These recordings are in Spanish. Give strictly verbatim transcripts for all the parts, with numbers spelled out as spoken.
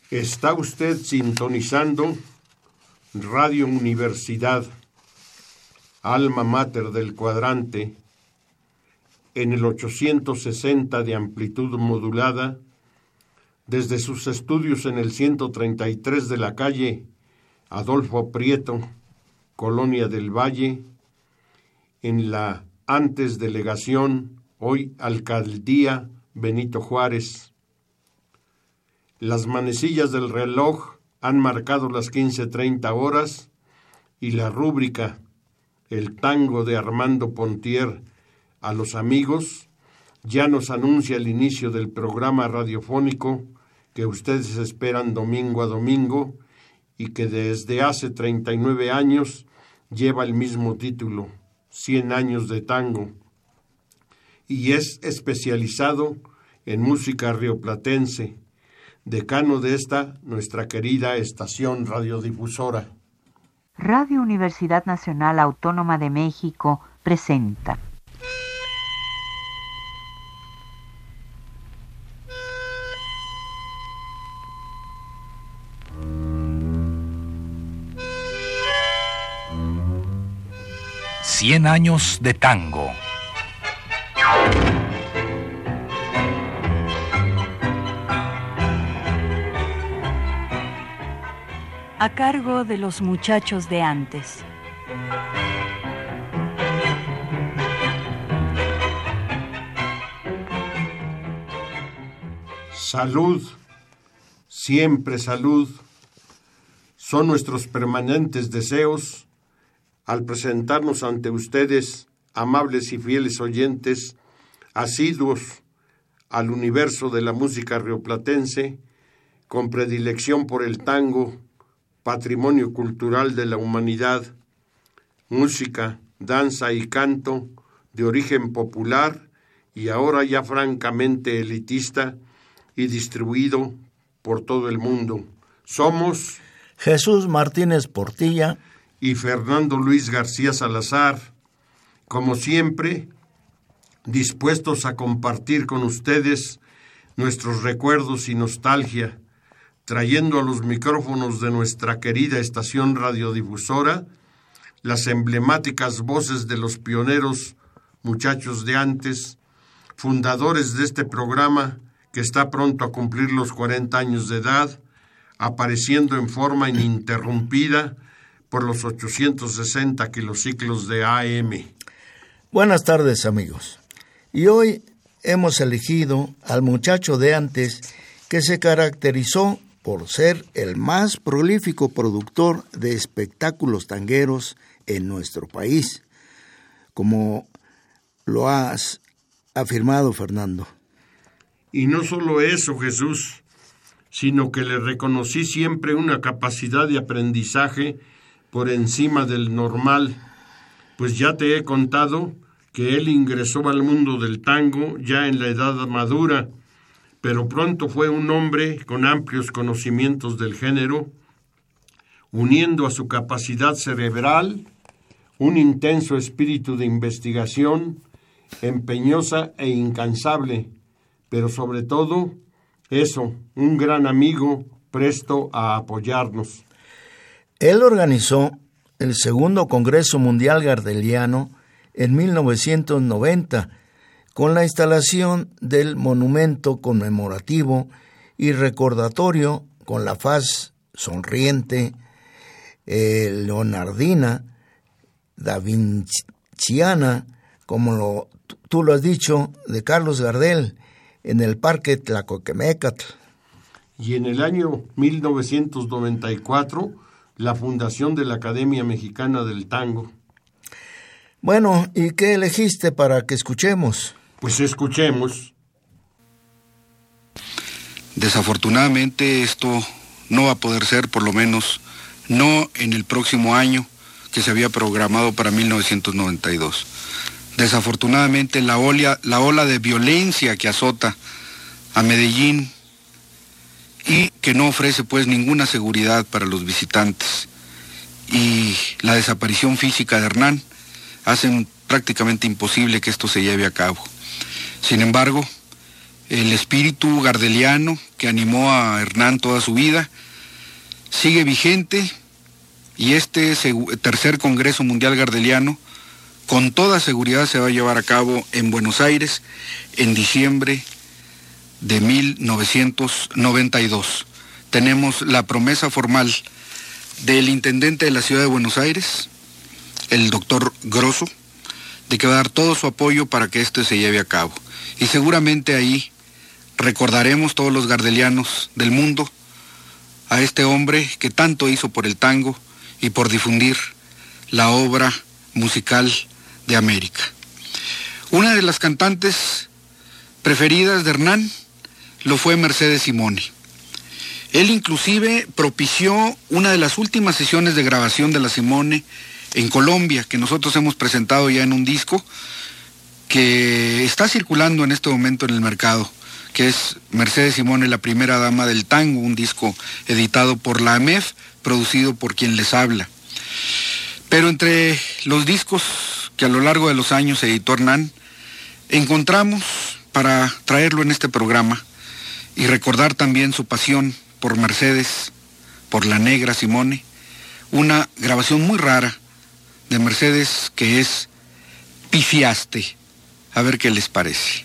Está usted sintonizando Radio Universidad, alma mater del cuadrante, en el ochocientos sesenta de amplitud modulada, desde sus estudios en el ciento treinta y tres de la calle Adolfo Prieto, Colonia del Valle, en la antes delegación, hoy Alcaldía Benito Juárez. Las manecillas del reloj han marcado las quince treinta horas y la rúbrica El tango de Armando Pontier a los amigos ya nos anuncia el inicio del programa radiofónico que ustedes esperan domingo a domingo y que desde hace treinta y nueve años lleva el mismo título, cien años de tango, y es especializado en música rioplatense, decano de esta nuestra querida estación radiodifusora. Radio Universidad Nacional Autónoma de México presenta Cien años de tango. A cargo de los muchachos de antes. Salud, siempre salud, son nuestros permanentes deseos al presentarnos ante ustedes, amables y fieles oyentes, asiduos al universo de la música rioplatense, con predilección por el tango, patrimonio cultural de la humanidad, música, danza y canto de origen popular y ahora ya francamente elitista y distribuido por todo el mundo. Somos Jesús Martínez Portilla y Fernando Luis García Salazar, como siempre, dispuestos a compartir con ustedes nuestros recuerdos y nostalgia, trayendo a los micrófonos de nuestra querida estación radiodifusora las emblemáticas voces de los pioneros muchachos de antes, fundadores de este programa que está pronto a cumplir los cuarenta años de edad, apareciendo en forma ininterrumpida por los ochocientos sesenta kilociclos de A M. Buenas tardes, amigos. Y hoy hemos elegido al muchacho de antes que se caracterizó por ser el más prolífico productor de espectáculos tangueros en nuestro país, como lo has afirmado, Fernando. Y no solo eso, Jesús, sino que le reconocí siempre una capacidad de aprendizaje por encima del normal, pues ya te he contado que él ingresó al mundo del tango ya en la edad madura, pero pronto fue un hombre con amplios conocimientos del género, uniendo a su capacidad cerebral un intenso espíritu de investigación, empeñosa e incansable, pero sobre todo, eso, un gran amigo presto a apoyarnos. Él organizó el segundo Congreso Mundial Gardeliano en mil novecientos noventa, con la instalación del monumento conmemorativo y recordatorio con la faz sonriente, eh, leonardina, da vinciana, como lo, tú lo has dicho, de Carlos Gardel, en el Parque Tlacoquemecatl. Y en el año mil novecientos noventa y cuatro, la fundación de la Academia Mexicana del Tango. Bueno, ¿y qué elegiste para que escuchemos? Pues escuchemos. Desafortunadamente esto no va a poder ser, por lo menos no en el próximo año que se había programado para mil novecientos noventa y dos. Desafortunadamente la ola, la ola de violencia que azota a Medellín y que no ofrece pues ninguna seguridad para los visitantes, y la desaparición física de Hernán hacen prácticamente imposible que esto se lleve a cabo. Sin embargo, El espíritu gardeliano que animó a Hernán toda su vida sigue vigente, y este tercer Congreso Mundial Gardeliano con toda seguridad se va a llevar a cabo en Buenos Aires en diciembre de mil novecientos noventa y dos. Tenemos la promesa formal del intendente de la ciudad de Buenos Aires, el doctor Grosso, de que va a dar todo su apoyo para que esto se lleve a cabo. Y seguramente ahí recordaremos todos los gardelianos del mundo a este hombre que tanto hizo por el tango y por difundir la obra musical de América. Una de las cantantes preferidas de Hernán lo fue Mercedes Simone. Él inclusive propició una de las últimas sesiones de grabación de la Simone en Colombia, que nosotros hemos presentado ya en un disco que está circulando en este momento en el mercado, que es Mercedes Simone, la primera dama del tango, un disco editado por la A M E F, producido por quien les habla. Pero entre los discos que a lo largo de los años editó Hernán, encontramos, para traerlo en este programa y recordar también su pasión por Mercedes, por la negra Simone, una grabación muy rara de Mercedes que es Pifiaste. A ver qué les parece.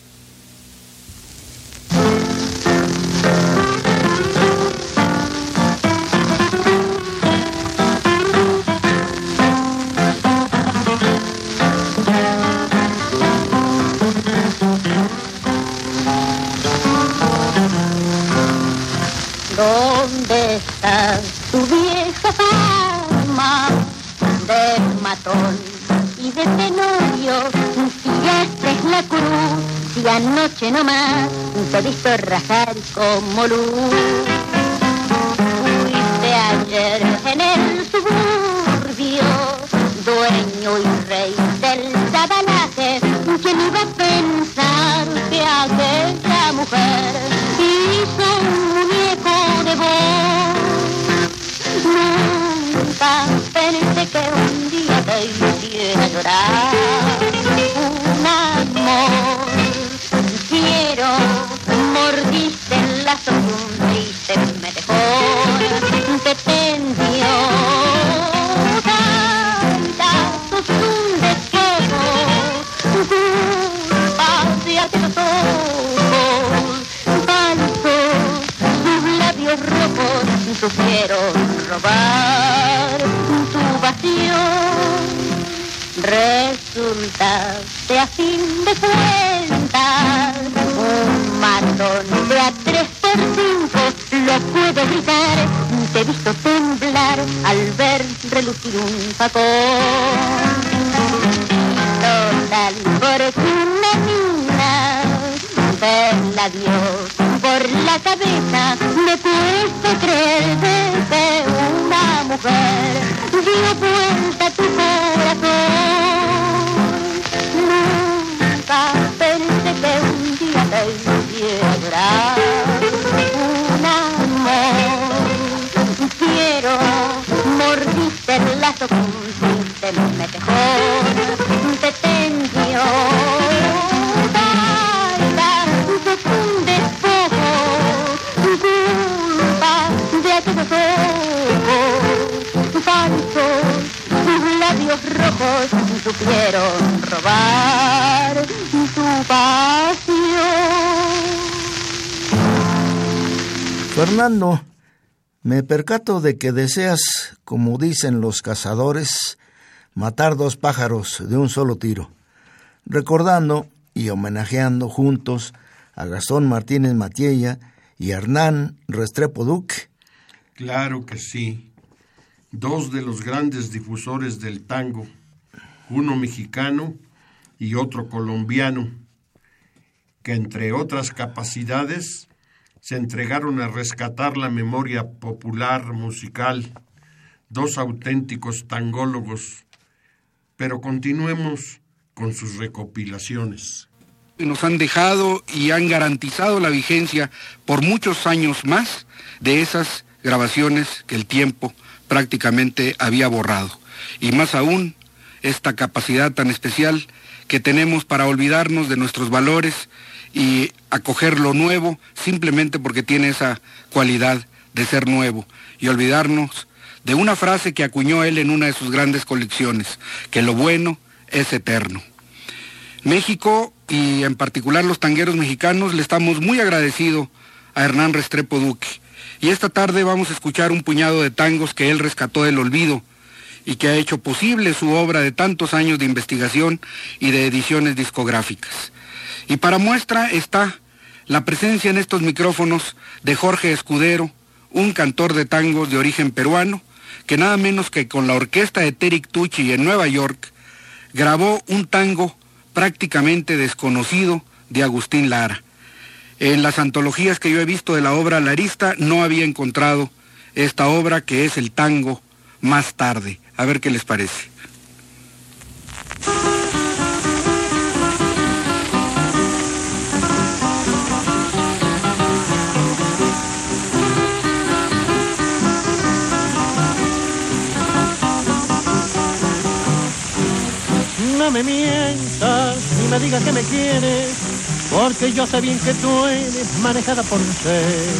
¿Dónde está tu vieja fama de matón y de tenorio? Si esta es la cruz, si anoche nomás te he visto rajar como luz. Fuiste ayer en el suburbio, dueño y rey del sabanaje. ¿Quién iba a pensar que aquella mujer hizo un muñeco de vos? Nunca pensé que un día te hiciera llorar. Un amor quiero, mordiste el lazo, un triste me dejó, te tendió tantos un desquego, culpa de aquellos ojos falsos, sus labios rojos supieron robar tu pasión. Resultaste a fin de cuentas un matón de a tres por cinco, lo puedo gritar, te he visto temblar al ver relucir un facón. Total, por una mina, verla Dios por la cabeza, me cuesta creer de que una mujer dio vuelta a tu corazón. Nunca pensé que un día te hiciera llorar. Un amor quiero, mordiste el lazo, puntiste me dejó, te tendió un despojo, culpa de aquellos ojos falsos, sus labios rojos supieron robar tu pasión. Fernando, me percato de que deseas, como dicen los cazadores, matar dos pájaros de un solo tiro, recordando y homenajeando juntos a Gastón Martínez Matiella y a Hernán Restrepo Duque. Claro que sí. Dos de los grandes difusores del tango, uno mexicano y otro colombiano, que entre otras capacidades se entregaron a rescatar la memoria popular musical, dos auténticos tangólogos. Pero continuemos con sus recopilaciones. Nos han dejado y han garantizado la vigencia por muchos años más de esas grabaciones que el tiempo prácticamente había borrado. Y más aún, esta capacidad tan especial que tenemos para olvidarnos de nuestros valores y acoger lo nuevo simplemente porque tiene esa cualidad de ser nuevo, y olvidarnos de una frase que acuñó él en una de sus grandes colecciones, que lo bueno es eterno. México, y en particular los tangueros mexicanos, le estamos muy agradecidos a Hernán Restrepo Duque, y esta tarde vamos a escuchar un puñado de tangos que él rescató del olvido y que ha hecho posible su obra de tantos años de investigación y de ediciones discográficas. Y para muestra está la presencia en estos micrófonos de Jorge Escudero, un cantor de tangos de origen peruano, que nada menos que con la orquesta de Eric Tucci en Nueva York, grabó un tango prácticamente desconocido de Agustín Lara. En las antologías que yo he visto de la obra larista no había encontrado esta obra, que es el tango Más Tarde. A ver qué les parece. No me mientas ni me digas que me quieres, porque yo sé bien que tú eres manejada por un ser,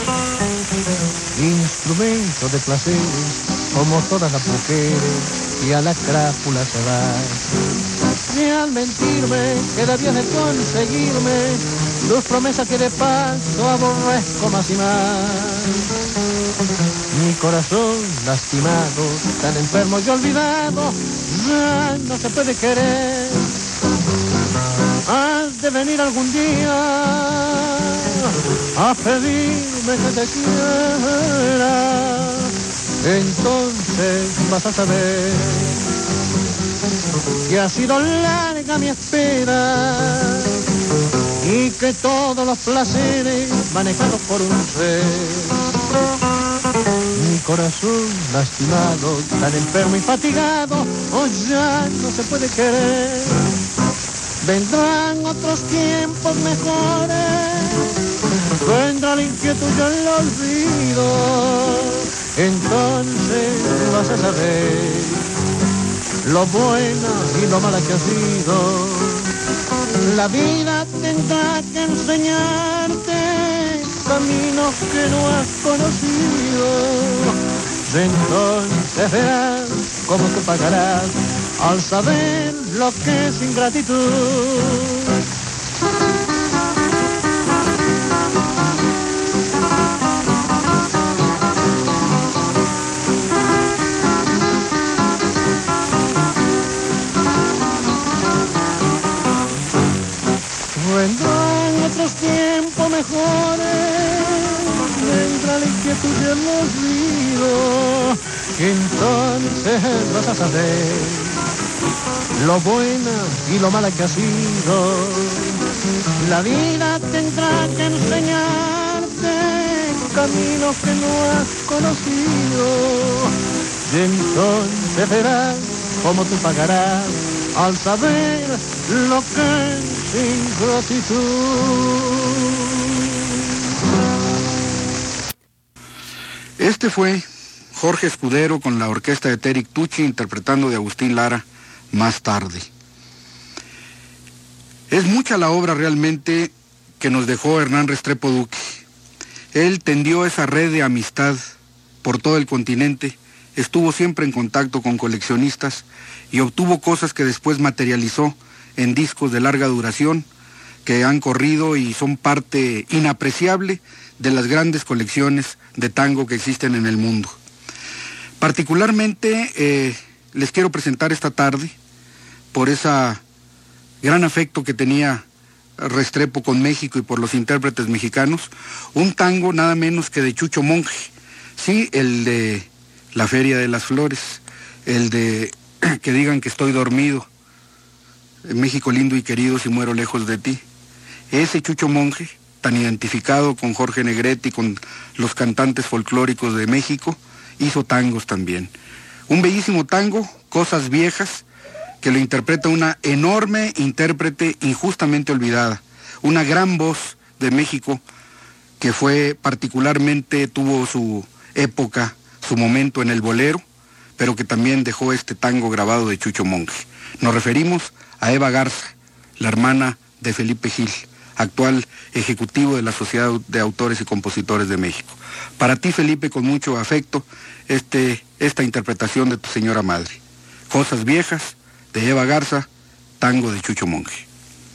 instrumento de placeres, como todas las mujeres, y a la crápula se va. Y al mentirme, que debías de conseguirme, tus promesas que de paso aborrezco más y más. Mi corazón lastimado, tan enfermo y olvidado, ya no se puede querer. Has de venir algún día a pedirme que te quiera, entonces vas a saber que ha sido larga mi espera y que todos los placeres manejados por un ser. Mi corazón lastimado, tan enfermo y fatigado, oh, ya no se puede querer. Vendrán otros tiempos mejores, vendrá la inquietud y el olvido, entonces vas a saber lo bueno y lo malo que ha sido. La vida tendrá que enseñarte caminos que no has conocido, entonces verás cómo te pagarás al saber lo que es ingratitud. Vendrán otros tiempos mejores, vendrá la inquietud y el olvido, entonces vas a saber lo buena y lo mala que ha sido. La vida tendrá que enseñarte caminos que no has conocido, y entonces verás cómo tú pagarás al saber lo que es ingratitud. Este fue Jorge Escudero con la orquesta de Eric Tucci interpretando de Agustín Lara Más Tarde. Es mucha la obra realmente que nos dejó Hernán Restrepo Duque. Él tendió esa red de amistad por todo el continente, estuvo siempre en contacto con coleccionistas y obtuvo cosas que después materializó en discos de larga duración que han corrido y son parte inapreciable de las grandes colecciones de tango que existen en el mundo. Particularmente eh, les quiero presentar esta tarde, por ese gran afecto que tenía Restrepo con México y por los intérpretes mexicanos, un tango nada menos que de Chucho Monje, sí, el de La Feria de las Flores, el de Que digan que estoy dormido, México lindo y querido si muero lejos de ti. Ese Chucho Monje, tan identificado con Jorge Negrete y con los cantantes folclóricos de México, hizo tangos también. Un bellísimo tango, Cosas Viejas, que lo interpreta una enorme intérprete injustamente olvidada, una gran voz de México que fue particularmente, tuvo su época, su momento en el bolero, pero que también dejó este tango grabado de Chucho Monje. Nos referimos a Eva Garza, la hermana de Felipe Gil. actual ejecutivo de la Sociedad de Autores y Compositores de México. Para ti, Felipe, con mucho afecto, este, esta interpretación de Tu Señora Madre. Cosas Viejas, de Eva Garza, tango de Chucho Monje.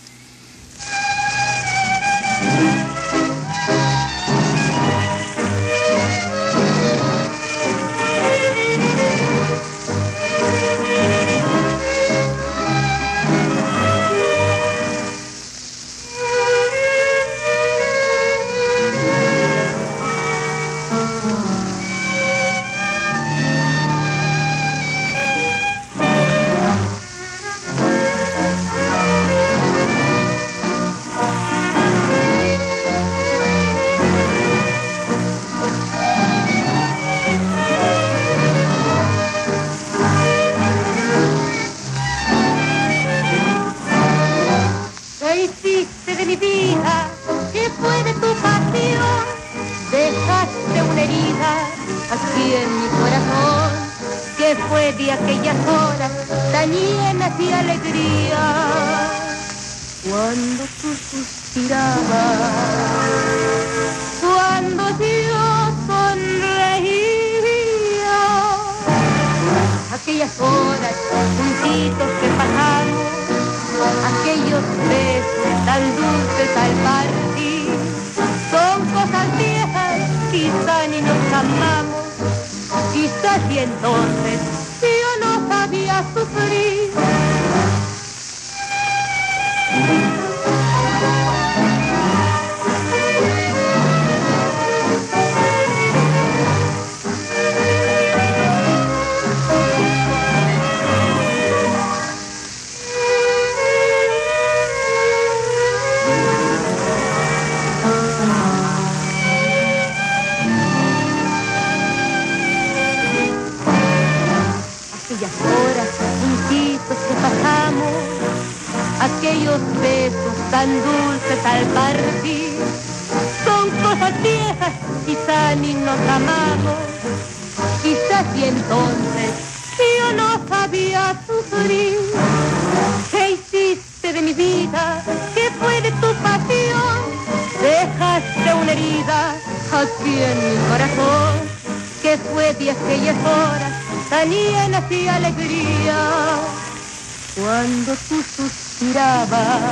Cuando tú suspirabas,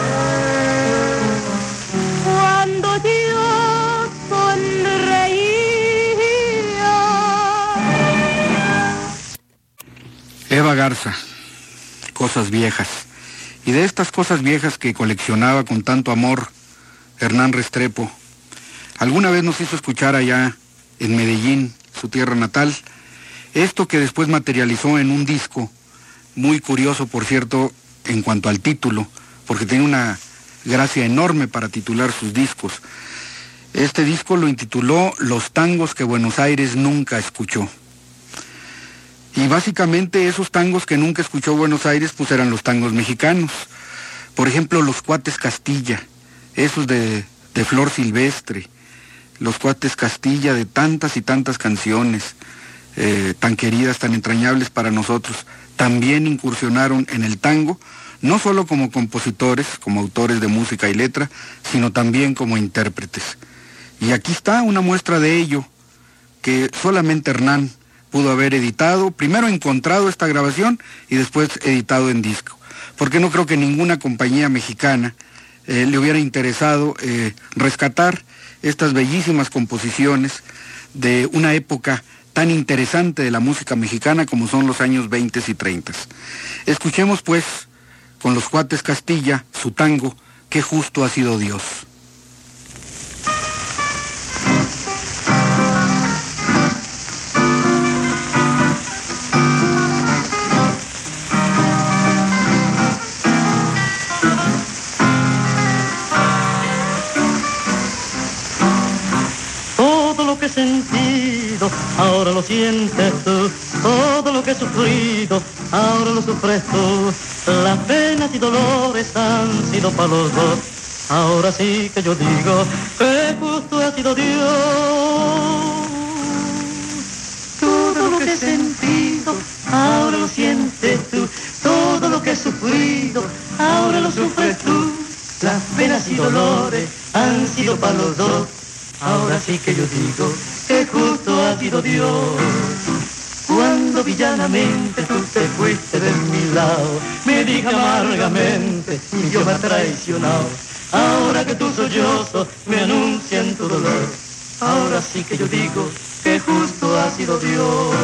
cuando yo sonreía. Eva Garza, Cosas Viejas. Y de estas cosas viejas que coleccionaba con tanto amor Hernán Restrepo, alguna vez nos hizo escuchar allá en Medellín, su tierra natal, esto que después materializó en un disco muy curioso, por cierto, en cuanto al título, porque tiene una gracia enorme para titular sus discos. Este disco lo intituló Los tangos que Buenos Aires nunca escuchó. Y básicamente esos tangos que nunca escuchó Buenos Aires, pues eran los tangos mexicanos. Por ejemplo, los Cuates Castilla, esos de, de Flor Silvestre, los Cuates Castilla de tantas y tantas canciones, eh, tan queridas, tan entrañables para nosotros, también incursionaron en el tango, no solo como compositores, como autores de música y letra, sino también como intérpretes. Y aquí está una muestra de ello, que solamente Hernán pudo haber editado, primero encontrado esta grabación y después editado en disco, porque no creo que ninguna compañía mexicana eh, le hubiera interesado eh, rescatar estas bellísimas composiciones de una época tan interesante de la música mexicana como son los años veinte y treinta. Escuchemos pues con los Cuates Castilla su tango, Qué justo ha sido Dios. He sentido, ahora lo sientes tú, todo lo que he sufrido, ahora lo sufres tú, las penas y dolores han sido para los dos, ahora sí que yo digo, que justo ha sido Dios. Todo lo que he sentido, ahora lo sientes tú, todo lo que he sufrido, ahora lo sufres tú, las penas y dolores han sido para los dos. Ahora sí que yo digo que justo ha sido Dios. Cuando villanamente tú te fuiste de mi lado, me dije amargamente, mi Dios me ha traicionado. Ahora que tu sollozo me anuncian tu dolor, ahora sí que yo digo que justo ha sido Dios.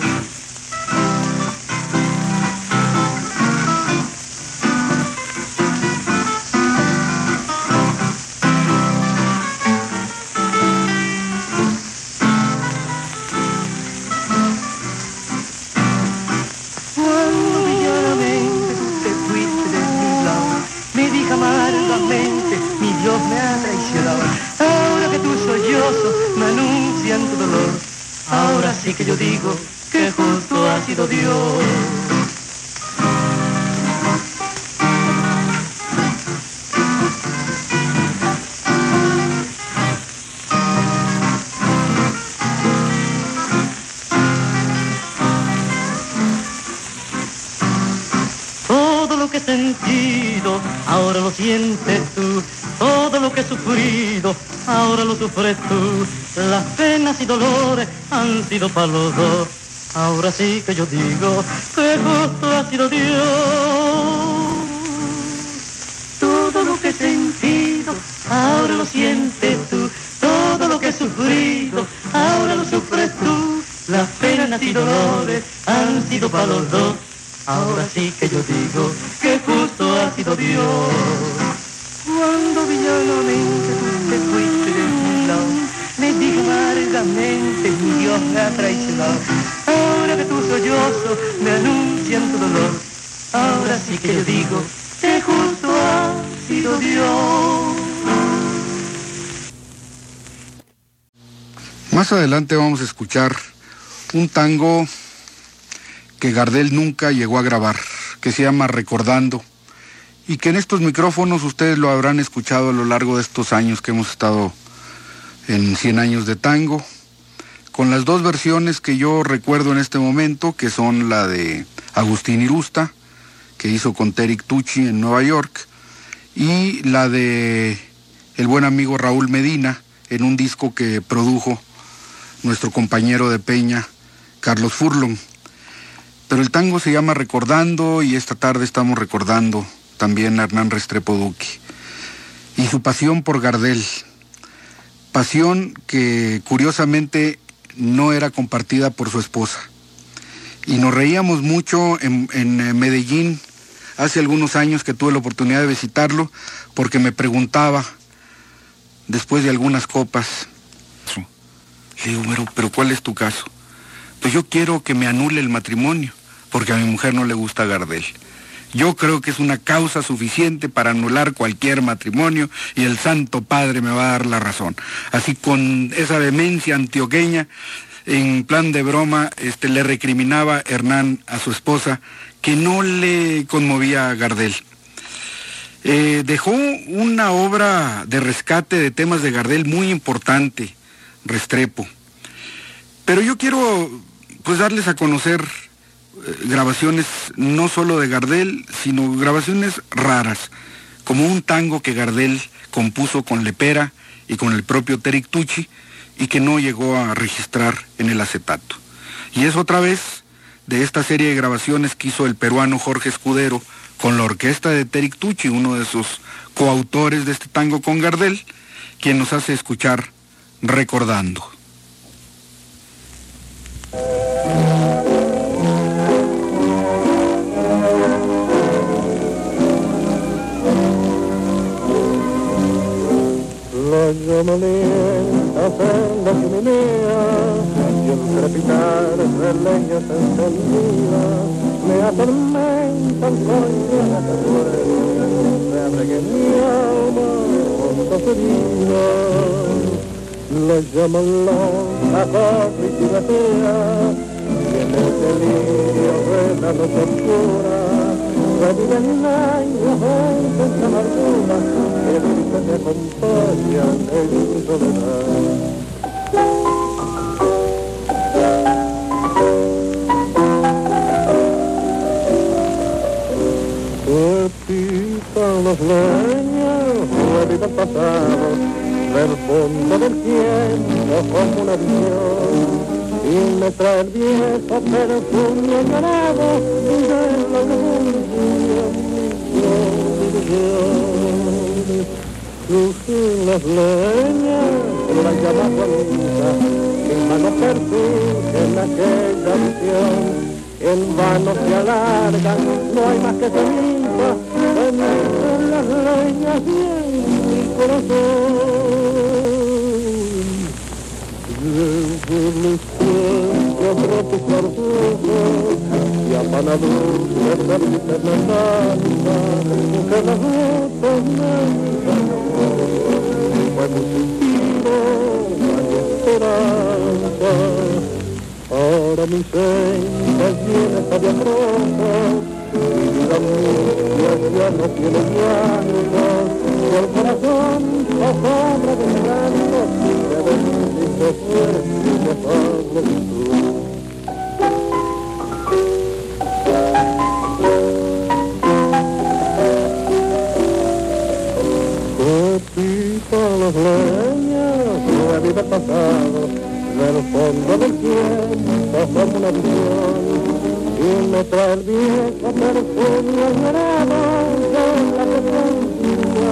Así que yo digo que justo ha sido Dios. Todo lo que he sentido, ahora lo sientes tú. Todo lo que he sufrido, ahora lo sufres tú. Las penas y dolores han sido para los dos. Ahora sí que yo digo que justo ha sido Dios. Todo lo que he sentido, ahora lo sientes tú. Todo lo que he sufrido, ahora lo sufres tú. Las penas y dolores han sido para los dos. Ahora sí que yo digo que justo ha sido Dios. Cuando villanamente tú te fuiste de mi lado, me dije amargamente, mi Dios me ha traicionado. Ahora que tu sollozo me anuncian tu dolor, ahora sí que yo digo que justo ha sido Dios. Más adelante vamos a escuchar un tango que Gardel nunca llegó a grabar, que se llama Recordando, y que en estos micrófonos ustedes lo habrán escuchado a lo largo de estos años que hemos estado en cien años de tango, con las dos versiones que yo recuerdo en este momento, que son la de Agustín Irusta, que hizo con Teric Tucci en Nueva York, y la de el buen amigo Raúl Medina, en un disco que produjo nuestro compañero de Peña, Carlos Furlong. Pero el tango se llama Recordando, y esta tarde estamos recordando también a Hernán Restrepo Duque y su pasión por Gardel, pasión que curiosamente no era compartida por su esposa. Y nos reíamos mucho en, en Medellín hace algunos años que tuve la oportunidad de visitarlo, porque me preguntaba, después de algunas copas, le digo, pero, pero ¿cuál es tu caso? Pues yo quiero que me anule el matrimonio, porque a mi mujer no le gusta Gardel. Yo creo que es una causa suficiente para anular cualquier matrimonio y el Santo Padre me va a dar la razón. Así, con esa vehemencia antioqueña, en plan de broma, este, le recriminaba Hernán a su esposa que no le conmovía a Gardel. Eh, dejó una obra de rescate de temas de Gardel muy importante, Restrepo. Pero yo quiero pues darles a conocer grabaciones no solo de Gardel, sino grabaciones raras, como un tango que Gardel compuso con Lepera y con el propio Teric Tucci y que no llegó a registrar en el acetato. Y es otra vez de esta serie de grabaciones que hizo el peruano Jorge Escudero con la orquesta de Teric Tucci, uno de sus coautores de este tango con Gardel, quien nos hace escuchar Recordando. La llama lenta en la chimenea y el crepitar de leñas encendidas me atormentan con la cazuela, se abre en mi alma honda ferida. La llama loca y tibatea y en el delirio de la noche oscura reviven años de esta amargura que dulce me acompañan en mi soledad. Que pisan los leños, revive el pasado del fondo del tiempo como una visión y me trae el viejo perfume añorado de la revolución. Crujen las leñas con la llama bonita, en vano persiguen aquella visión, en vano se alargan, no hay más que ceniza, en las leñas y en mi corazón. Llevo mis tiempos rotos por ojos y apanador de perdices la danza, que las rotas me fue muy sentido, hay esperanza. Ahora mi senda llena está de afrontas, mi vida mía ya no tiene llantos, y el corazón asombra de llanto, que bendito fuerte y inefable virtud. Cotiza las leñas, revive el pasado, del fondo del tiempo como una visión, y me trae el viejo perfume añorado de la repentina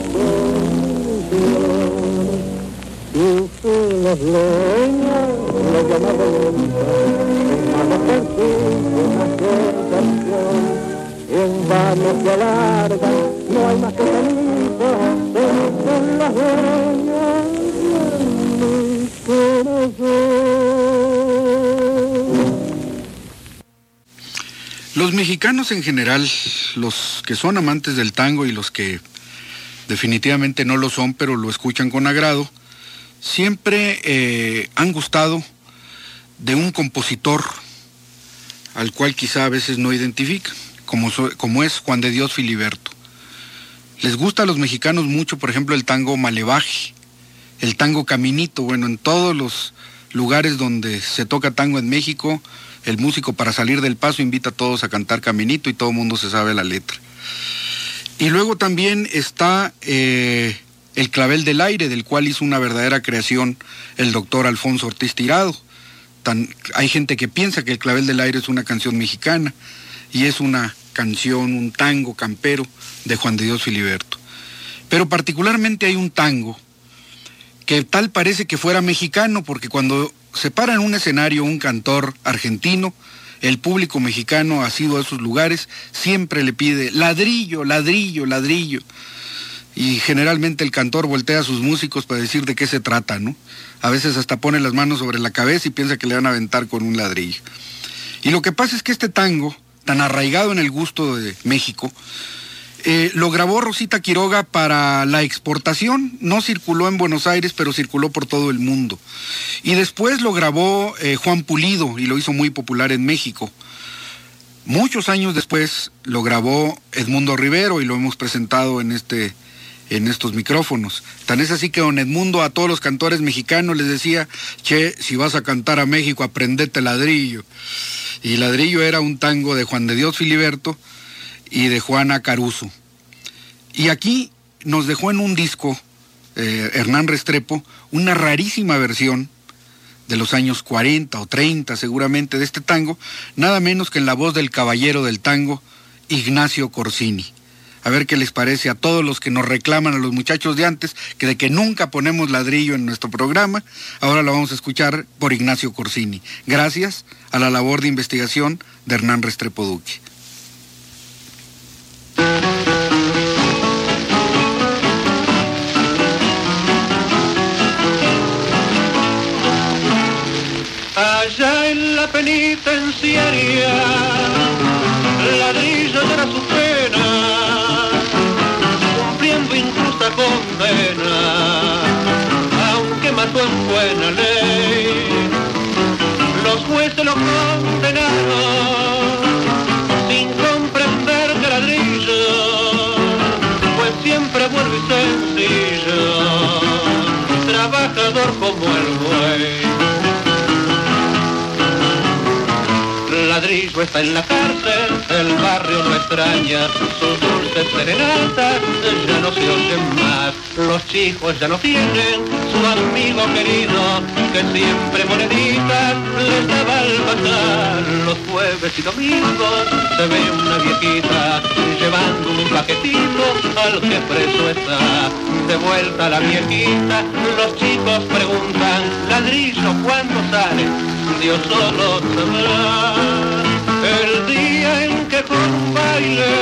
visión. Cruce las leñas, la llama bonita, en vano persigue aquella canción, en vano se alarga, no hay más que ceniza, en las leñas y en mi corazón. Los mexicanos en general, los que son amantes del tango y los que definitivamente no lo son, pero lo escuchan con agrado, siempre eh, han gustado de un compositor al cual quizá a veces no identifican, como, so, como es Juan de Dios Filiberto. Les gusta a los mexicanos mucho, por ejemplo, el tango Malevaje, el tango Caminito. Bueno, en todos los lugares donde se toca tango en México, el músico para salir del paso invita a todos a cantar Caminito y todo el mundo se sabe la letra. Y luego también está eh, el Clavel del Aire, del cual hizo una verdadera creación el doctor Alfonso Ortiz Tirado. Tan, hay gente que piensa que el Clavel del Aire es una canción mexicana y es una canción, un tango campero de Juan de Dios Filiberto. Pero particularmente hay un tango que tal parece que fuera mexicano, porque cuando se para en un escenario un cantor argentino, el público mexicano asiduo a esos lugares siempre le pide ladrillo, ladrillo, ladrillo. Y generalmente el cantor voltea a sus músicos para decir de qué se trata, ¿no? A veces hasta pone las manos sobre la cabeza y piensa que le van a aventar con un ladrillo. Y lo que pasa es que este tango, tan arraigado en el gusto de México, eh, lo grabó Rosita Quiroga para la exportación. No circuló en Buenos Aires, pero circuló por todo el mundo. Y después lo grabó eh, Juan Pulido y lo hizo muy popular en México. Muchos años después lo grabó Edmundo Rivero y lo hemos presentado en este... en estos micrófonos. Tan es así que don Edmundo a todos los cantores mexicanos les decía: che, si vas a cantar a México, aprendete ladrillo. Y ladrillo era un tango de Juan de Dios Filiberto y de Juana Caruso. Y aquí nos dejó en un disco eh, Hernán Restrepo una rarísima versión de los años cuarenta o treinta seguramente de este tango, nada menos que en la voz del caballero del tango, Ignacio Corsini. A ver qué les parece a todos los que nos reclaman, a los muchachos de antes, que de que nunca ponemos ladrillo en nuestro programa. Ahora lo vamos a escuchar por Ignacio Corsini, gracias a la labor de investigación de Hernán Restrepo Duque. Allá en la penitenciaria, ladrillo era su pena, injusta condena, aunque mató en buena ley. Los jueces lo condenaron sin comprender que ladrillo pues siempre bueno y sencillo, trabajador como el buey. Ladrillo está en la cárcel, el barrio no extraña, sus dulces serenatas ya no se oyen más. los chicos ya no tienen su amigo querido, que siempre moneditas les daba al pasar. Los jueves y domingos se ve una viejita llevando un paquetito al que preso está. De vuelta la viejita, los chicos preguntan, ladrillo, ¿cuándo sale? Dios solo sabrá. El día en que con un baile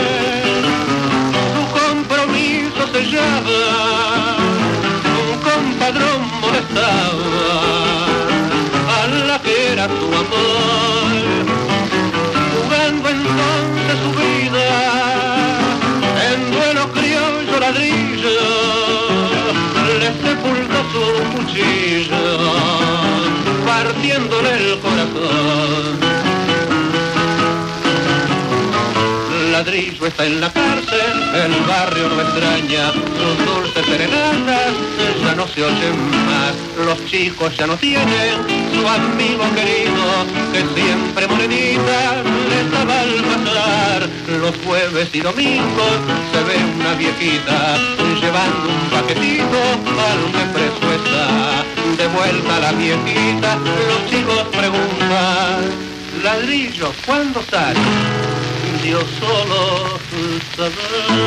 su compromiso sellaba, un compadrón molestaba a la que era su amor, jugando entonces su vida en duelo criollo ladrillo, le sepultó su cuchillo, partiéndole el corazón. Ladrillo está en la cárcel, el barrio no extraña, sus dulces serenatas ya no se oyen más. Los chicos ya no tienen su amigo querido, que siempre moneditas les daba al pasar. Los jueves y domingos se ve una viejita llevando un paquetito al que preso está. De vuelta la viejita, los chicos preguntan, ladrillo, ¿cuándo sale? Dios solo sabrá.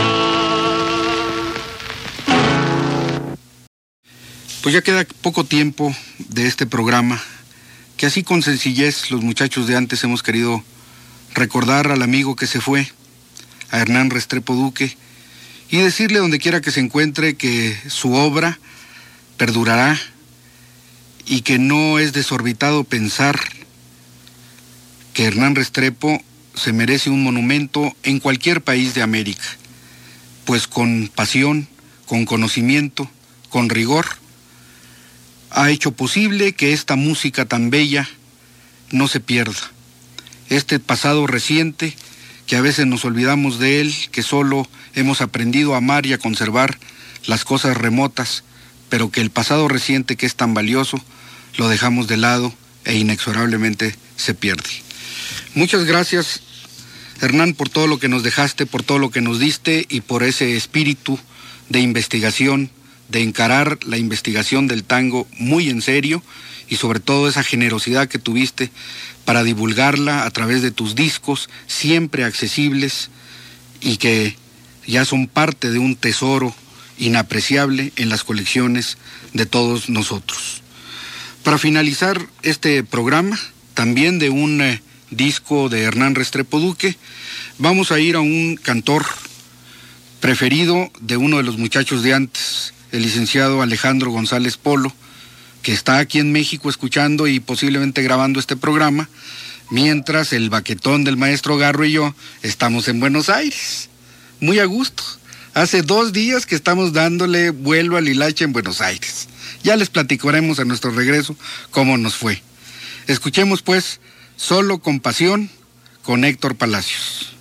Pues ya queda poco tiempo de este programa, que así con sencillez los muchachos de antes hemos querido recordar al amigo que se fue, a Hernán Restrepo Duque, y decirle donde quiera que se encuentre que su obra perdurará y que no es desorbitado pensar que Hernán Restrepo se merece un monumento en cualquier país de América, pues con pasión, con conocimiento, con rigor, ha hecho posible que esta música tan bella no se pierda. Este pasado reciente, que a veces nos olvidamos de él, que solo hemos aprendido a amar y a conservar las cosas remotas, pero que el pasado reciente, que es tan valioso, lo dejamos de lado e inexorablemente se pierde. Muchas gracias, Hernán, por todo lo que nos dejaste, por todo lo que nos diste y por ese espíritu de investigación, de encarar la investigación del tango muy en serio y sobre todo esa generosidad que tuviste para divulgarla a través de tus discos, siempre accesibles y que ya son parte de un tesoro inapreciable en las colecciones de todos nosotros. Para finalizar este programa, también de un eh, disco de Hernán Restrepo Duque, vamos a ir a un cantor preferido de uno de los muchachos de antes, el licenciado Alejandro González Polo, que está aquí en México escuchando y posiblemente grabando este programa, mientras el baquetón del maestro Garro y yo estamos en Buenos Aires, muy a gusto. Hace dos días que estamos dándole vuelo al hilache en Buenos Aires. Ya les platicaremos a nuestro regreso cómo nos fue. Escuchemos pues Solo con Pasión con Héctor Palacios.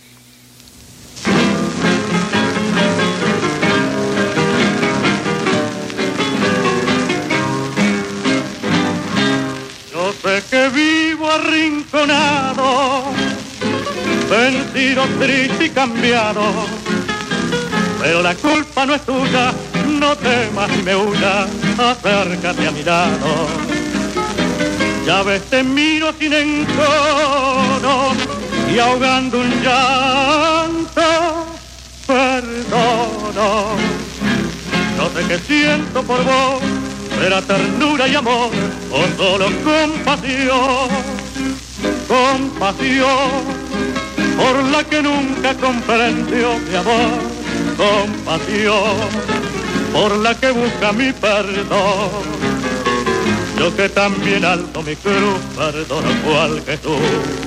Yo sé que vivo arrinconado, vencido, triste y cambiado, pero la culpa no es tuya, no temas ni me huyas, acércate a mi lado. Ya ves, te miro sin encono y ahogando un llanto, perdono. No sé qué siento por vos, será ternura y amor, o solo compasión, compasión, por la que nunca comprendió mi amor, compasión, por la que busca mi perdón. Yo que también alto mi cruz, perdono cual que tú.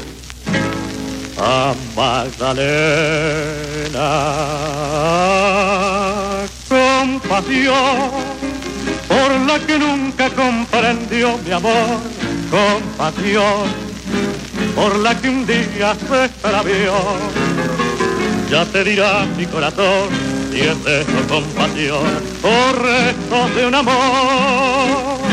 A Magdalena, compasión, por la que nunca comprendió mi amor, compasión, por la que un día se extravió. Ya te dirá mi corazón si es eso compasión o restos de un amor.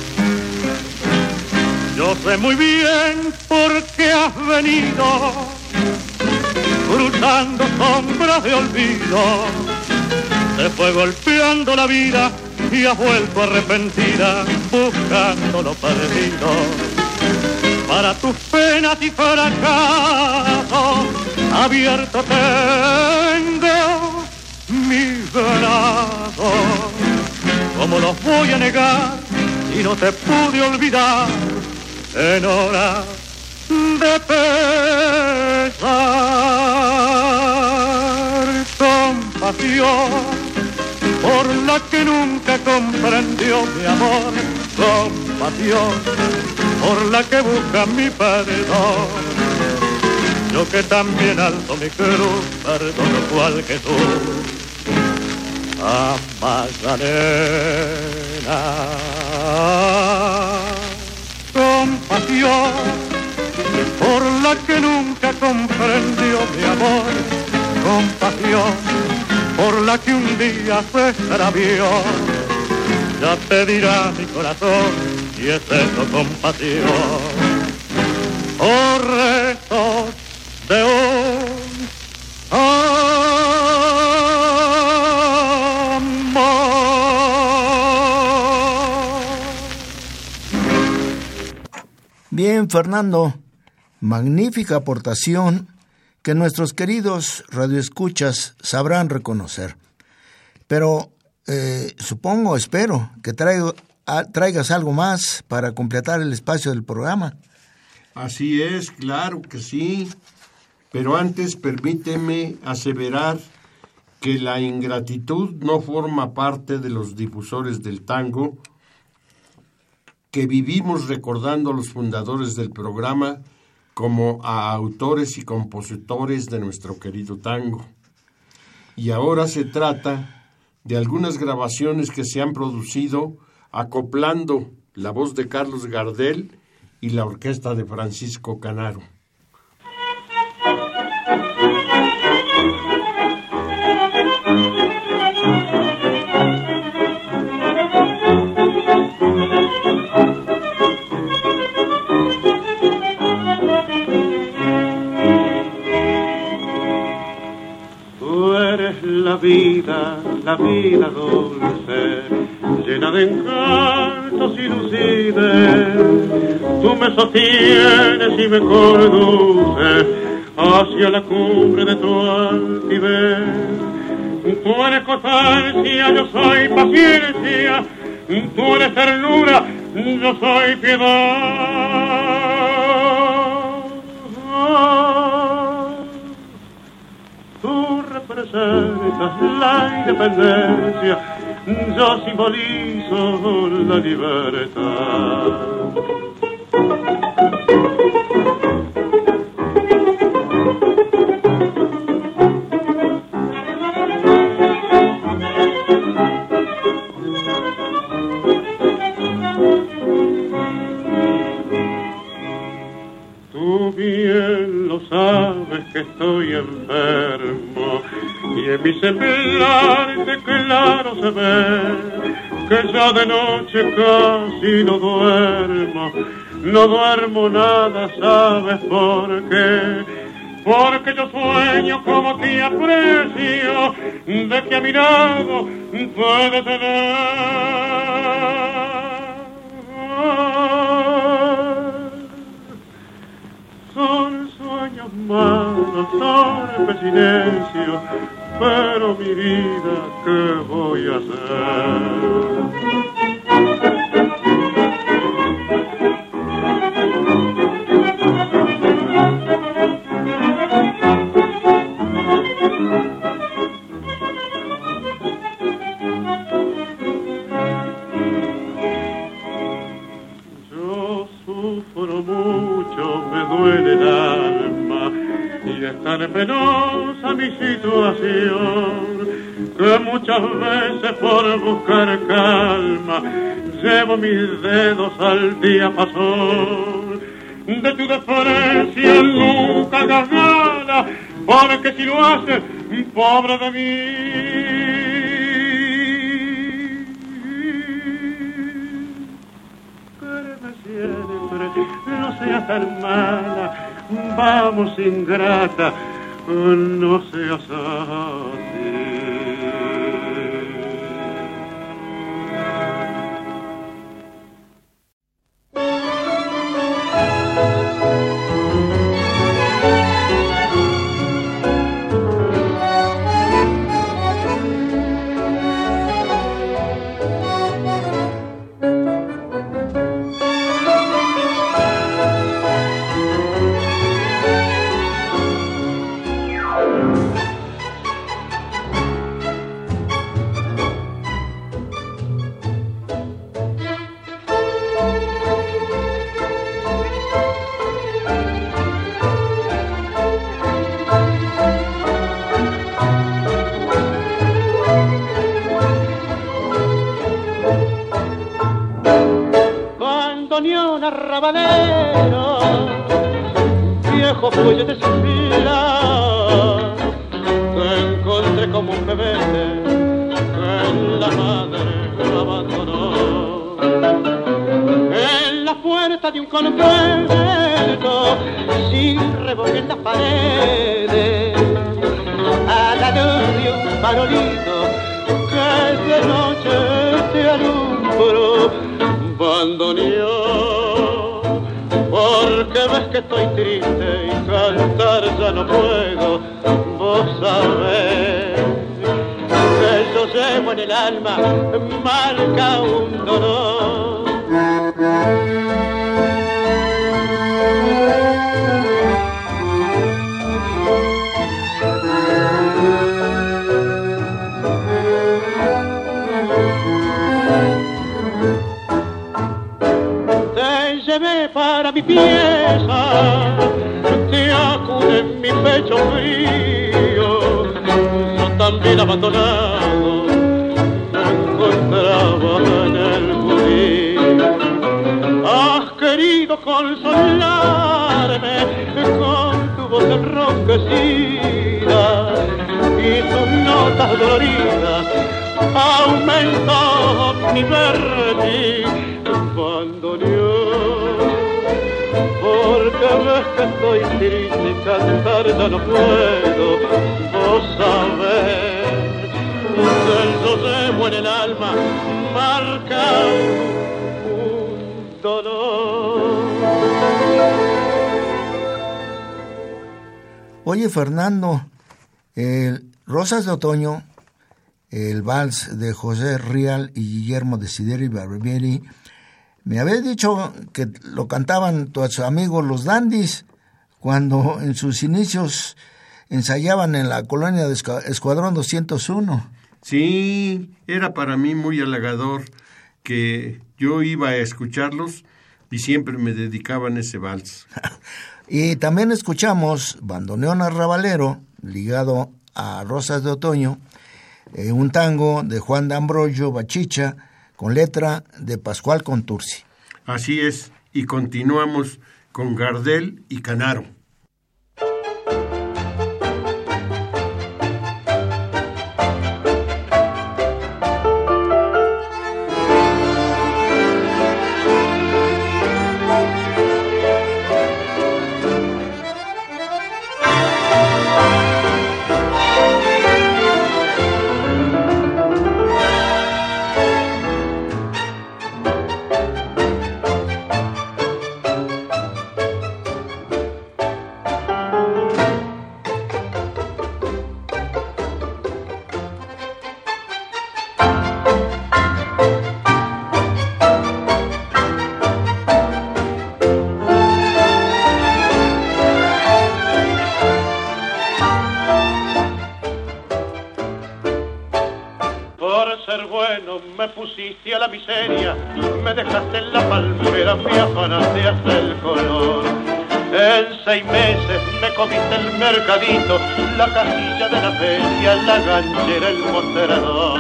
Yo sé muy bien por qué has venido, dando sombras de olvido. Te fue golpeando la vida y has vuelto arrepentida buscando lo perdido. Para tus penas y fracasos abierto tengo mis brazos. ¿Cómo los voy a negar si no te pude olvidar en horas de pesar? Compasión por la que nunca comprendió mi amor, compasión por la que busca mi perdón. Yo que también alzo mi cruz, perdono cual que tú. A Magdalena, compasión por la que nunca comprendió mi amor, compasión por la que un día se extravió. Ya te dirá mi corazón si es eso compasión o restos de un amor. Bien, Fernando, magnífica aportación que nuestros queridos radioescuchas sabrán reconocer. Pero eh, supongo, espero, que traigo, a, traigas algo más para completar el espacio del programa. Así es, claro que sí. Pero antes permíteme aseverar que la ingratitud no forma parte de los difusores del tango, que vivimos recordando a los fundadores del programa como a autores y compositores de nuestro querido tango. Y ahora se trata de algunas grabaciones que se han producido acoplando la voz de Carlos Gardel y la orquesta de Francisco Canaro. La vida, la vida dulce, llena de encantos y lucidez, tú me sostienes y me conduces hacia la cumbre de tu altivez. Tú eres constancia, yo soy paciencia, tú eres ternura, yo soy piedad. Tú representas la independencia, yo simbolizo la libertad. Tú bien lo sabes que estoy enfermo y en mi semblante claro se ve que ya de noche casi no duermo, no duermo nada, ¿sabes por qué? Porque yo sueño como te aprecio, de que a mi lado puedes tener. Son sueños malos, torpe silencio, pero mi vida, ¿qué voy a hacer? Yo sufro mucho, me duele el alma y es tan penosa mi situación que muchas veces por buscar calma llevo mis dedos al diapasón de tu desprecio. Nunca hagas nada, porque si lo haces, pobre de mí. Quéreme siempre, no seas tan mala, vamos ingrata, no seas así. Arrabalero, viejo fuelle de sin fila, te encontré como un bebé que la madre lo abandonó. En la puerta de un convento, sin revoque en las paredes, a la luz de un farolito que de noche te alumbró, bandoneón. Porque ves que estoy triste y cantar ya no puedo, vos sabés que yo llevo en el alma marca un dolor. Para mi pieza te acude en mi pecho frío, yo también abandonado me encontraba en el judío. Has querido consolarme con tu voz enronquecida y tus notas doloridas aumentó mi vértigo, bandoneón. Porque ves que estoy triste y cantar ya no puedo, vos sabés que yo llevo en el alma marca un dolor. Oye, Fernando, el Rosas de Otoño, el vals de José Rial y Guillermo Desideri Barbieri, me habías dicho que lo cantaban tus amigos los Dandys cuando en sus inicios ensayaban en la colonia de Escuadrón doscientos uno. Sí, era para mí muy halagador que yo iba a escucharlos y siempre me dedicaban ese vals. Y también escuchamos Bandoneón Arrabalero, ligado a Rosas de Otoño, eh, un tango de Juan de Ambrogio Bachicha, con letra de Pascual Contursi. Así es, y continuamos con Gardel y Canaro. Pusiste a la miseria, me dejaste en la palmera, me afanaste hasta el color. En seis meses me comiste el mercadito, la casilla de la feria, la ganchera, el mostrador.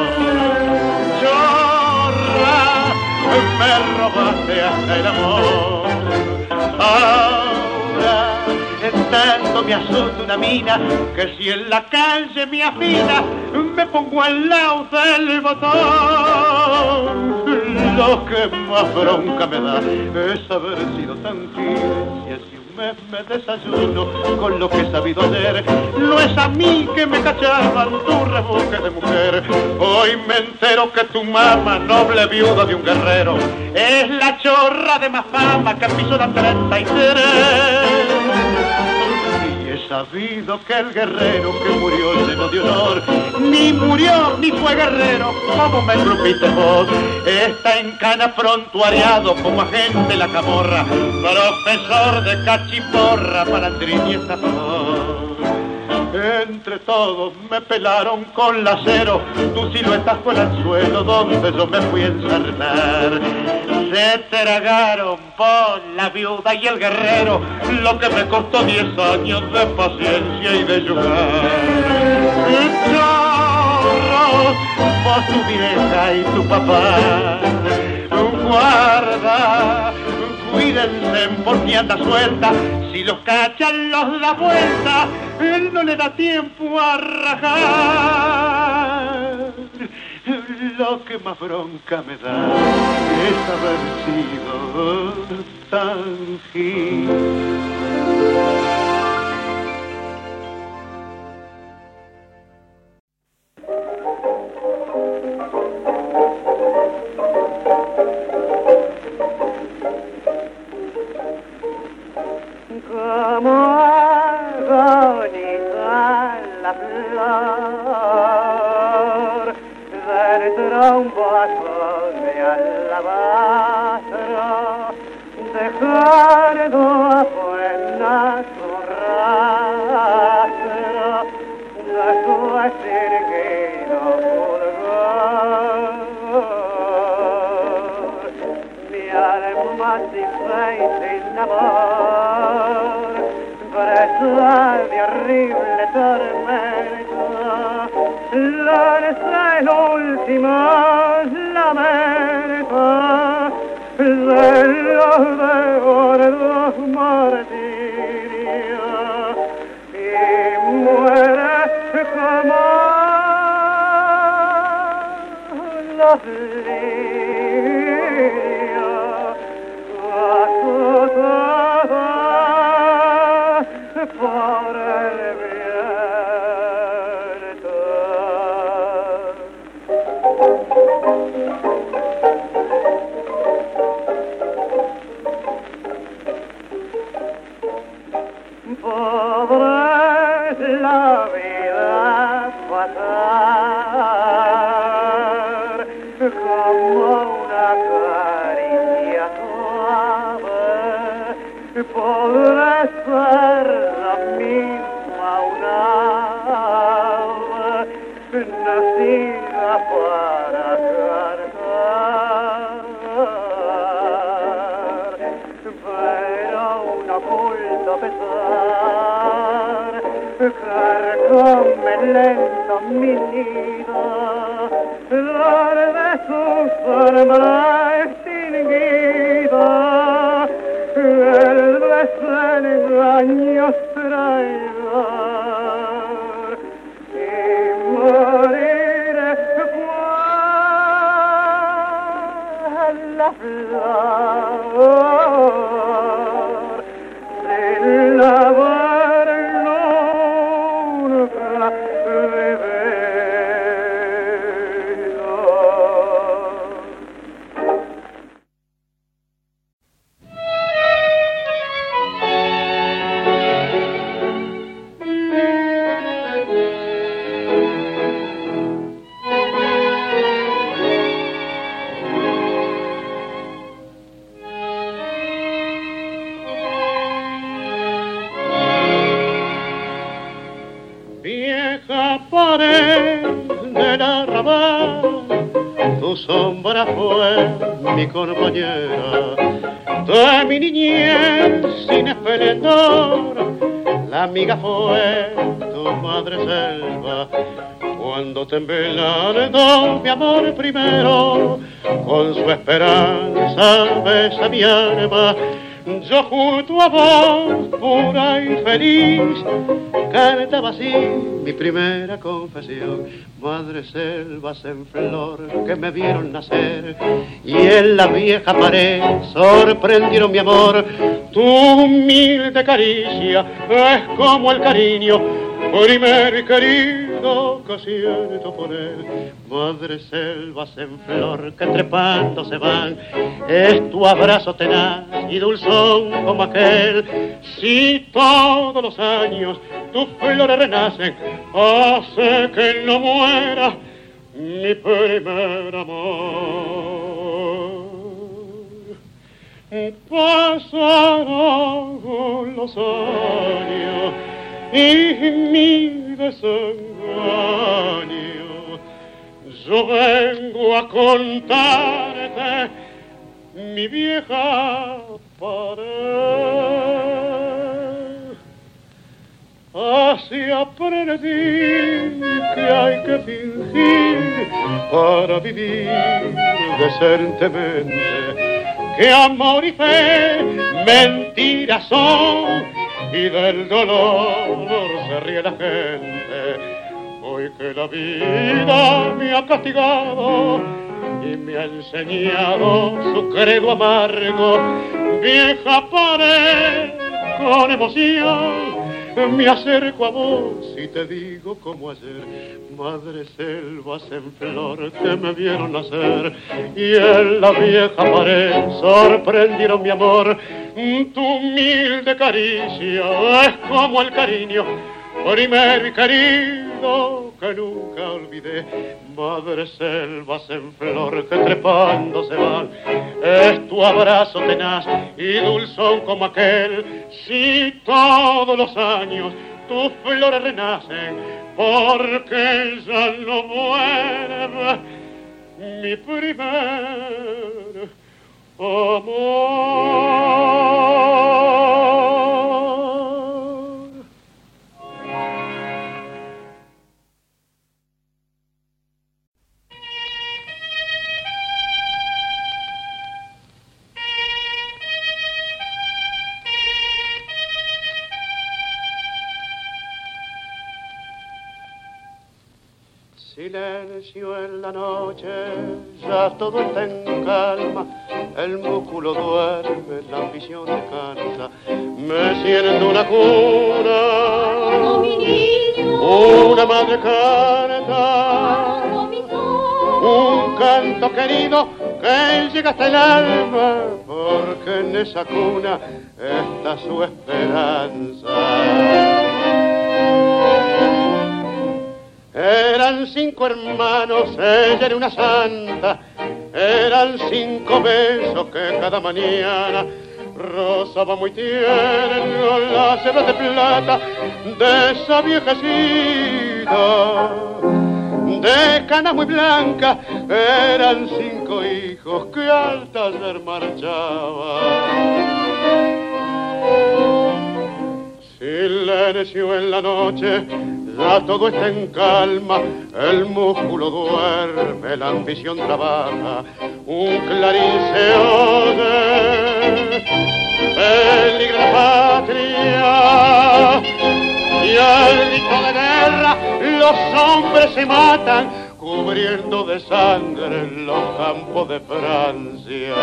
Chorra, me robaste hasta el amor. Ahora tanto me asusta una mina, que si en la calle me afina, me pongo al lado del botón. Lo que más bronca me da es haber sido tan fiel, y así un me, me desayuno con lo que he sabido hacer. No es a mí que me cachaban tu rebusque de mujer. Hoy me entero que tu mamá, noble viuda de un guerrero, es la chorra de más fama que pisó la treinta y tres. Y he sabido que el guerrero que murió lleno de honor, ni murió ni fue guerrero, como me grupiste vos. Está en Cana prontuariado como agente de la camorra, profesor de cachiporra para y estafador. Entre todos me pelaron con lacero, tu silueta fue el anzuelo donde yo me fui a ensarnar. Se tragaron por la viuda y el guerrero lo que me costó diez años de paciencia y de yugar. Chorro, vos tu vieja y tu papá, guarda, cuídense porque anda suelta. Si los cachan los da vuelta, él no le da tiempo a rajar. Lo que más bronca me da es haber sido tan gil. Como agoniza la flor del tromboso de alabastro, dejando apenas su rastro de su extinguido fulgor. Mi alma sin fe y sin amor, presa de horrible tormento, lanza el último lamento de los devorados martirios y muere como los lirios azotados por el viento. Podrás la vida pasar como una caricia suave, podrás ser la misma una ave nacida para cantar, pero un oculto pesar carcome lento mi nido, flor de su sombra extinguida, el desengaño traidor, y moriré cual la flor sin lavar nunca bebido. Tu sombra fue mi compañera de mi niñez sin esplendor, la amiga fue tu madre selva cuando te envenenó mi amor primero, con su esperanza besa mi alma, yo junto a vos, pura y feliz, cantaba así mi primera confesión. Madre selvas en flor que me vieron nacer y en la vieja pared sorprendieron mi amor. Tu humilde caricia es como el cariño, primer y querido que siento por él. Madre selvas en flor que trepando se van, es tu abrazo tenaz y dulzón como aquel. Si todos los años tus flores renacen, hace que no muera mi primer amor. Pasaron los años y mi desengaño, yo vengo a contarte mi vieja pared. Así aprendí que hay que fingir para vivir decentemente, que amor y fe mentiras son y del dolor se ríe la gente. Hoy que la vida me ha castigado y me ha enseñado su credo amargo, vieja pared con emoción me acerco a vos y te digo como ayer, madre selvas en flor que me vieron nacer y en la vieja pared sorprendieron mi amor. Tu humilde caricia es como el cariño, primer querido que nunca olvidé. Madre selvas en flor que trepando se van, es tu abrazo tenaz y dulzón como aquel. Si todos los años tus flores renacen, porque ya no muere mi primer amor. Silencio en la noche, ya todo está en calma, el músculo duerme, la ambición descansa, me siento una cuna, una madre canta, un canto querido que llega hasta el alma, porque en esa cuna está su esperanza. Eran cinco hermanos, ella era una santa, eran cinco besos que cada mañana rozaba muy tierno las hebras de plata de esa viejecita. De cana muy blanca, eran cinco hijos que al taller marchaban. Silencio en la noche, ya todo está en calma, el músculo duerme, la ambición trabaja, un clarín se oye, peligra la patria, y al grito de guerra los hombres se matan, cubriendo de sangre los campos de Francia.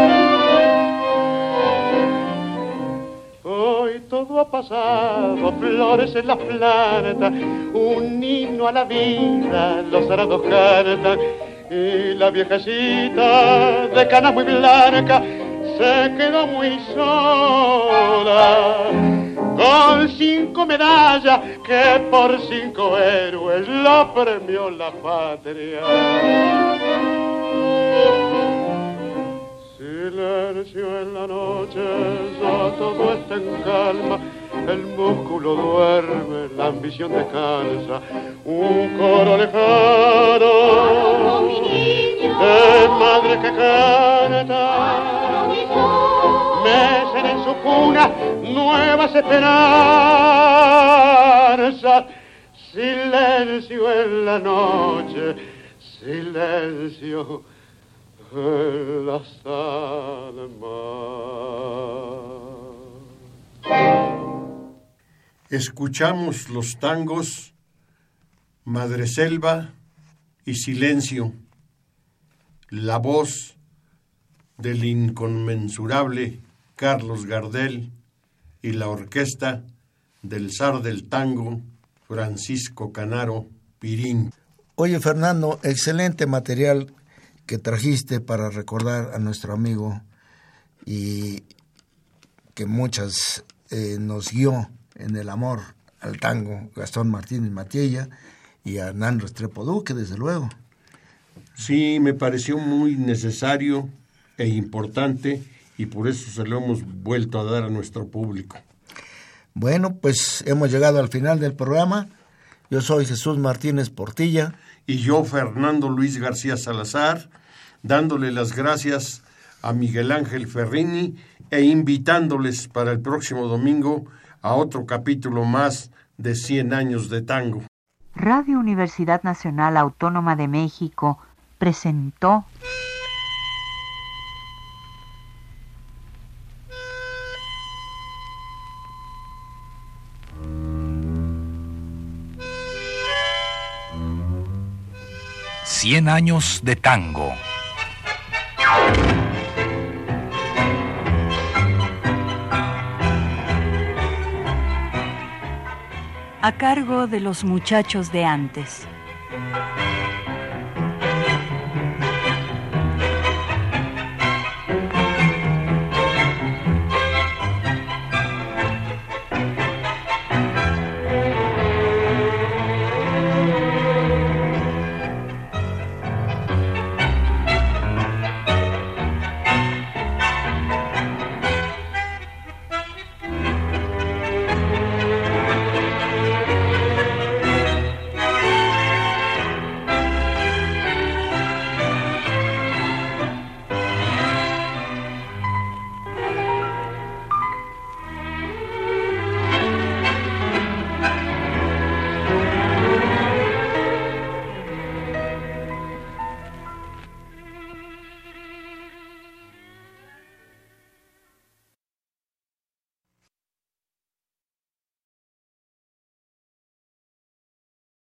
Hoy todo ha pasado, flores en las plantas, un himno a la vida, los arados cantan, y la viejecita de cana muy blanca se quedó muy sola, con cinco medallas que por cinco héroes la premió la patria. Silencio en la noche, ya todo está en calma, el músculo duerme, la ambición descansa, un coro lejano de madre que canta, mecen en su cuna nuevas esperanzas. Silencio en la noche, silencio. en las almas. Escuchamos los tangos Madreselva y Silencio, la voz del inconmensurable Carlos Gardel y la orquesta del zar del tango, Francisco Canaro Pirín. Oye, Fernando, excelente material que trajiste para recordar a nuestro amigo y que muchas eh, nos guió en el amor al tango, Gastón Martínez Matilla, y a Hernán Restrepo Duque, desde luego. Sí, me pareció muy necesario e importante y por eso se lo hemos vuelto a dar a nuestro público. Bueno, pues hemos llegado al final del programa. Yo soy Jesús Martínez Portilla. Y yo, Fernando Luis García Salazar, dándole las gracias a Miguel Ángel Ferrini e invitándoles para el próximo domingo a otro capítulo más de cien años de tango. Radio Universidad Nacional Autónoma de México presentó Cien años de tango. a cargo de los muchachos de antes.